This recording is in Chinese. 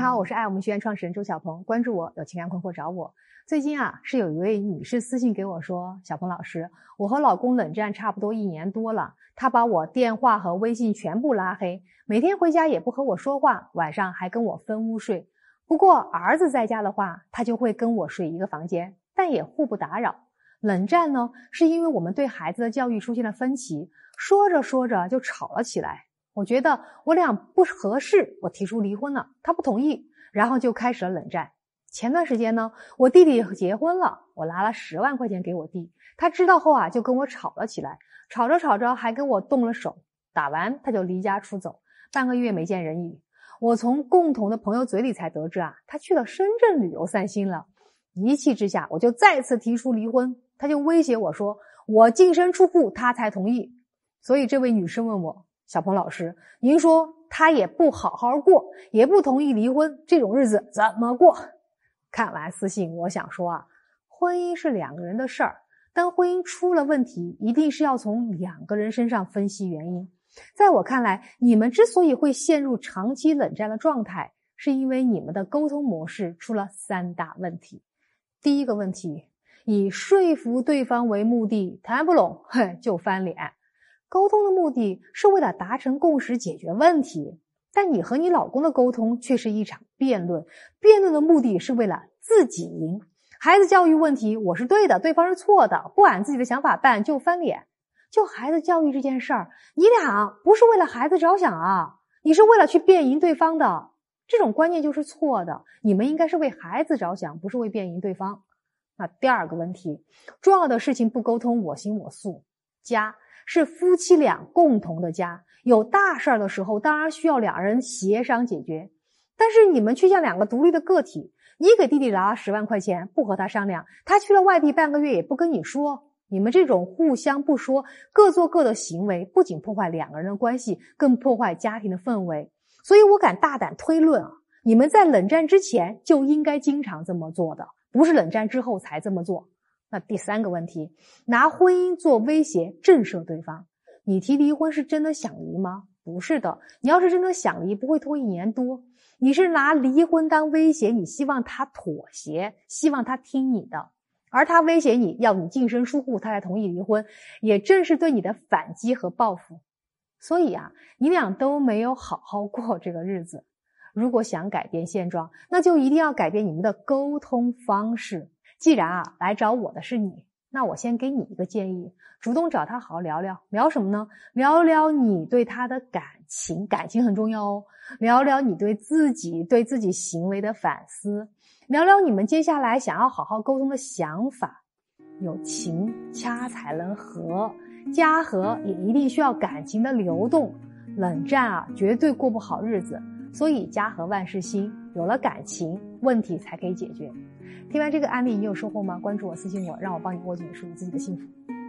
好，我是爱我们学院创始人周小鹏，关注我，有情感困惑找我。最近是有一位女士私信给我说，小鹏老师，我和老公冷战差不多1年多了，他把我电话和微信全部拉黑，每天回家也不和我说话，晚上还跟我分屋睡。不过儿子在家的话，他就会跟我睡一个房间，但也互不打扰。冷战呢，是因为我们对孩子的教育出现了分歧，说着说着就吵了起来。我觉得我俩不合适，我提出离婚了，他不同意，然后就开始了冷战。前段时间呢，我弟弟结婚了，我拿了10万块钱给我弟，他知道后就跟我吵了起来，吵着吵着还跟我动了手，打完他就离家出走，半个月没见人影。我从共同的朋友嘴里才得知他去了深圳旅游散心了。一气之下，我就再次提出离婚，他就威胁我说，我净身出户他才同意。所以这位女士问我，小鹏老师，您说他也不好好过，也不同意离婚，这种日子怎么过？看完私信，我想说婚姻是2个人的事儿，当婚姻出了问题，一定是要从2个人身上分析原因。在我看来，你们之所以会陷入长期冷战的状态，是因为你们的沟通模式出了3大问题。第一个问题，以说服对方为目的，谈不拢就翻脸。沟通的目的是为了达成共识解决问题，但你和你老公的沟通却是一场辩论，辩论的目的是为了自己赢。孩子教育问题，我是对的，对方是错的，不按自己的想法办就翻脸。就孩子教育这件事儿，你俩不是为了孩子着想你是为了去辩赢对方的，这种观念就是错的。你们应该是为孩子着想，不是为辩赢对方。那第二个问题，重要的事情不沟通，我行我素。家是夫妻俩共同的家，有大事儿的时候当然需要2人协商解决，但是你们却像2个独立的个体，你给弟弟拿了10万块钱，不和他商量，他去了外地半个月也不跟你说，你们这种互相不说，各做各的行为，不仅破坏2个人的关系，更破坏家庭的氛围。所以我敢大胆推论你们在冷战之前就应该经常这么做的，不是冷战之后才这么做。那第3个问题，拿婚姻做威胁震慑对方。你提离婚是真的想离吗？不是的，你要是真的想离，不会拖1年多。你是拿离婚当威胁，你希望他妥协，希望他听你的，而他威胁你要你净身出户，他才同意离婚，也正是对你的反击和报复。所以你俩都没有好好过这个日子。如果想改变现状，那就一定要改变你们的沟通方式。既然来找我的是你，那我先给你一个建议，主动找他好好聊聊。聊什么呢？聊聊你对他的感情，感情很重要哦。聊聊你对自己行为的反思，聊聊你们接下来想要好好沟通的想法。有情掐才能和，家和也一定需要感情的流动。冷战绝对过不好日子，所以家和万事兴，有了感情，问题才可以解决。听完这个案例，你有收获吗？关注我，私信我，让我帮你握紧属于自己的幸福。